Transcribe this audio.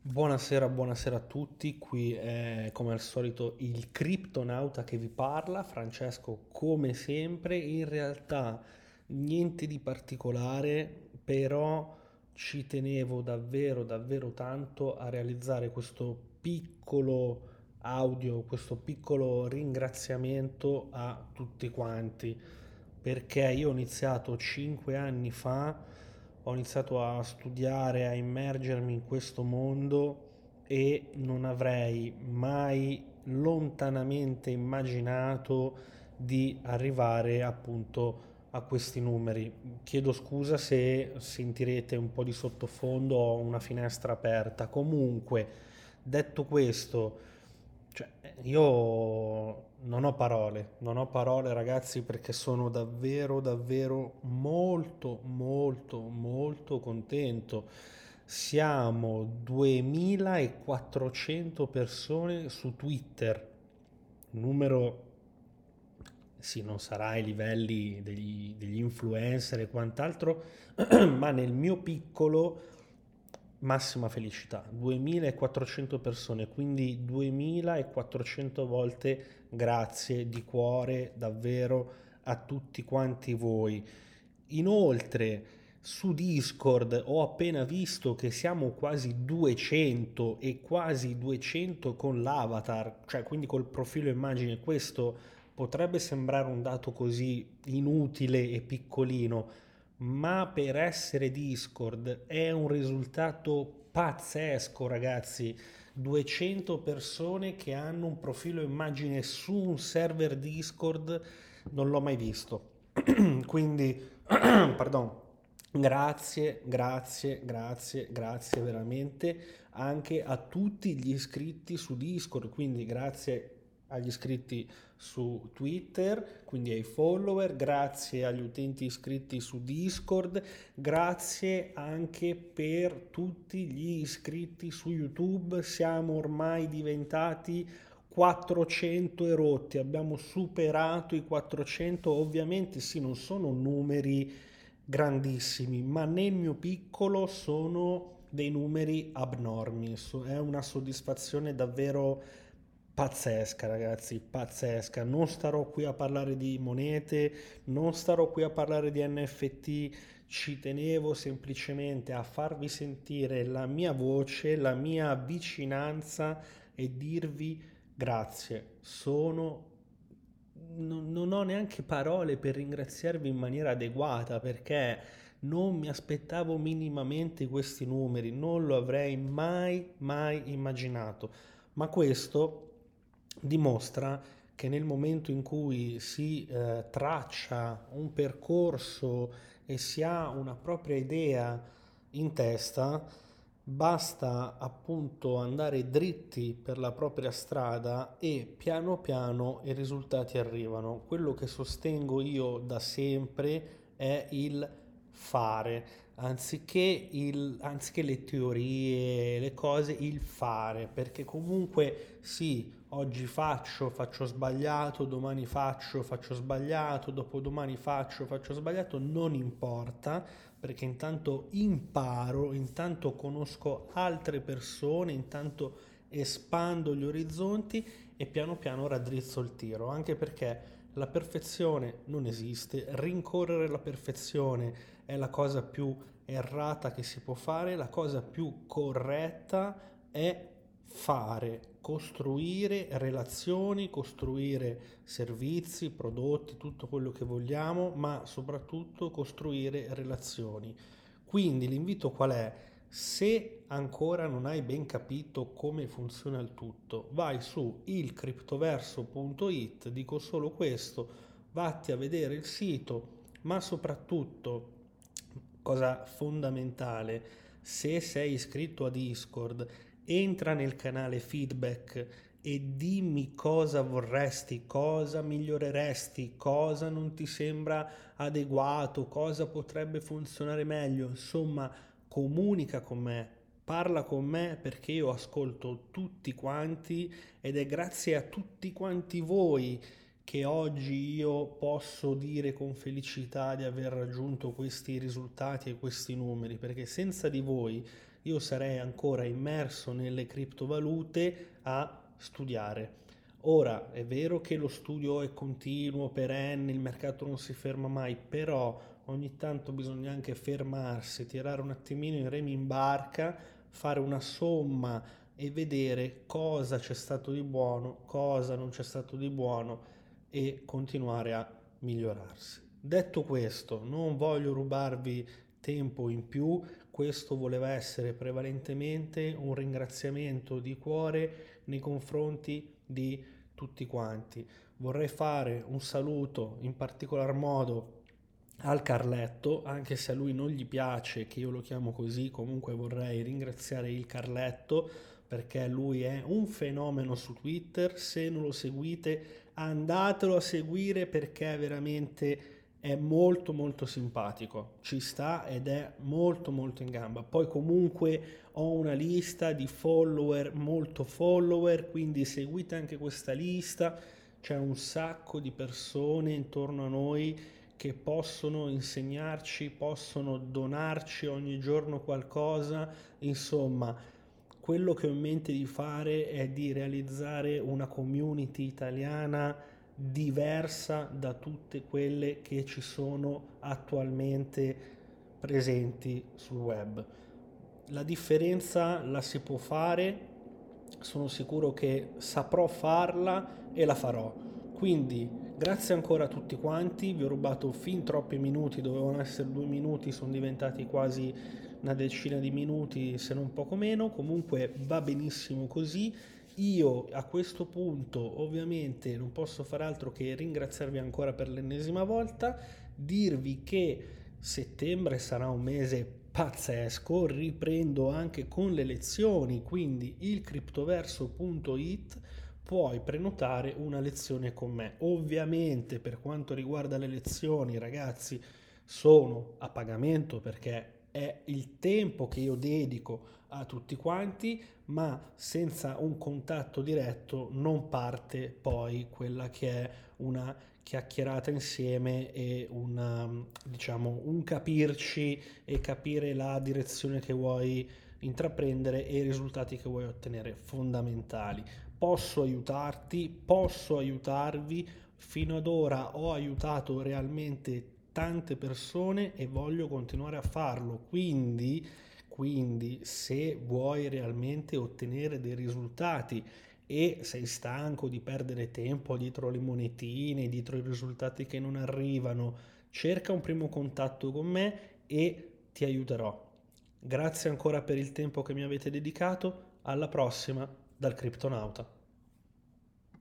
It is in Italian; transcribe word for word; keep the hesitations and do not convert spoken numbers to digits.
Buonasera, buonasera a tutti, qui è come al solito il criptonauta che vi parla, Francesco come sempre, in realtà niente di particolare, però ci tenevo davvero davvero tanto a realizzare questo piccolo audio, questo piccolo ringraziamento a tutti quanti, perché io ho iniziato cinque anni fa, ho iniziato a studiare, a immergermi in questo mondo e non avrei mai lontanamente immaginato di arrivare appunto a questi numeri. Chiedo scusa se sentirete un po' di sottofondo o una finestra aperta. Comunque, detto questo, cioè, io non ho parole, non ho parole ragazzi perché sono davvero, davvero molto, molto, molto contento. Siamo duemilaquattrocento persone su Twitter, numero sì, non sarà ai livelli degli, degli influencer e quant'altro, ma nel mio piccolo massima felicità. duemilaquattrocento persone, quindi duemilaquattrocento volte grazie di cuore davvero a tutti quanti voi. Inoltre, su Discord ho appena visto che siamo quasi duecento e quasi duecento con l'avatar, cioè quindi col profilo immagine. Questo potrebbe sembrare un dato così inutile e piccolino, ma per essere Discord è un risultato pazzesco, ragazzi. duecento persone che hanno un profilo immagine su un server Discord non l'ho mai visto. Quindi, pardon, grazie, grazie, grazie, grazie veramente anche a tutti gli iscritti su Discord. Quindi grazie agli iscritti su Twitter, quindi ai follower, grazie agli utenti iscritti su Discord, grazie anche per tutti gli iscritti su YouTube. Siamo ormai diventati quattrocento erotti, abbiamo superato i quattrocento. Ovviamente sì, non sono numeri grandissimi, ma nel mio piccolo sono dei numeri abnormi. So- È una soddisfazione davvero pazzesca, ragazzi, pazzesca. Non starò qui a parlare di monete, non starò qui a parlare di N F T. Ci tenevo semplicemente a farvi sentire la mia voce, la mia vicinanza e dirvi grazie. Sono non, non ho neanche parole per ringraziarvi in maniera adeguata perché non mi aspettavo minimamente questi numeri, non lo avrei mai, mai immaginato. Ma questo dimostra che nel momento in cui si eh, traccia un percorso e si ha una propria idea in testa, basta appunto andare dritti per la propria strada e piano piano i risultati arrivano. Quello che sostengo io da sempre è il fare, anziché, il, anziché le teorie, le cose, il fare, perché comunque sì, oggi faccio, faccio sbagliato, domani faccio, faccio sbagliato, dopodomani faccio, faccio sbagliato, non importa, perché intanto imparo, intanto conosco altre persone, intanto espando gli orizzonti e piano piano raddrizzo il tiro, anche perché la perfezione non esiste, rincorrere la perfezione è la cosa più errata che si può fare, la cosa più corretta è fare, costruire relazioni, costruire servizi, prodotti, tutto quello che vogliamo, ma soprattutto costruire relazioni. Quindi l'invito qual è? Se ancora non hai ben capito come funziona il tutto, vai su il criptoverso punto it, dico solo questo, vatti a vedere il sito, ma soprattutto, cosa fondamentale, se sei iscritto a Discord, entra nel canale feedback e dimmi cosa vorresti, cosa miglioreresti, cosa non ti sembra adeguato, cosa potrebbe funzionare meglio. Insomma, comunica con me, parla con me perché io ascolto tutti quanti ed è grazie a tutti quanti voi che oggi io posso dire con felicità di aver raggiunto questi risultati e questi numeri, perché senza di voi io sarei ancora immerso nelle criptovalute a studiare. Ora, è vero che lo studio è continuo, perenne, il mercato non si ferma mai, però ogni tanto bisogna anche fermarsi, tirare un attimino i remi in barca, fare una somma e vedere cosa c'è stato di buono, cosa non c'è stato di buono e continuare a migliorarsi. Detto questo, non voglio rubarvi tempo in più, questo voleva essere prevalentemente un ringraziamento di cuore nei confronti di tutti quanti. Vorrei fare un saluto in particolar modo al Carletto, anche se a lui non gli piace che io lo chiamo così, comunque vorrei ringraziare il Carletto perché lui è un fenomeno su Twitter. Se non lo seguite, andatelo a seguire perché veramente è molto molto simpatico, ci sta ed è molto molto in gamba. Poi comunque ho una lista di follower, molto follower, quindi seguite anche questa lista, c'è un sacco di persone intorno a noi che possono insegnarci, possono donarci ogni giorno qualcosa, insomma, quello che ho in mente di fare è di realizzare una community italiana diversa da tutte quelle che ci sono attualmente presenti sul web. La differenza la si può fare, sono sicuro che saprò farla e la farò. Quindi grazie ancora a tutti quanti, vi ho rubato fin troppi minuti, dovevano essere due minuti, sono diventati quasi una decina di minuti, se non poco meno, comunque va benissimo così. Io a questo punto ovviamente non posso fare altro che ringraziarvi ancora per l'ennesima volta, dirvi che settembre sarà un mese pazzesco, riprendo anche con le lezioni, quindi il criptoverso punto it puoi prenotare una lezione con me. Ovviamente per quanto riguarda le lezioni, ragazzi, sono a pagamento perché è il tempo che io dedico a tutti quanti, ma senza un contatto diretto non parte poi quella che è una chiacchierata insieme e una, diciamo, un capirci e capire la direzione che vuoi intraprendere e i risultati che vuoi ottenere fondamentali. Posso aiutarti, posso aiutarvi, fino ad ora ho aiutato realmente tante persone e voglio continuare a farlo, quindi, quindi se vuoi realmente ottenere dei risultati e sei stanco di perdere tempo dietro le monetine, dietro i risultati che non arrivano, cerca un primo contatto con me e ti aiuterò. Grazie ancora per il tempo che mi avete dedicato, alla prossima dal Criptonauta.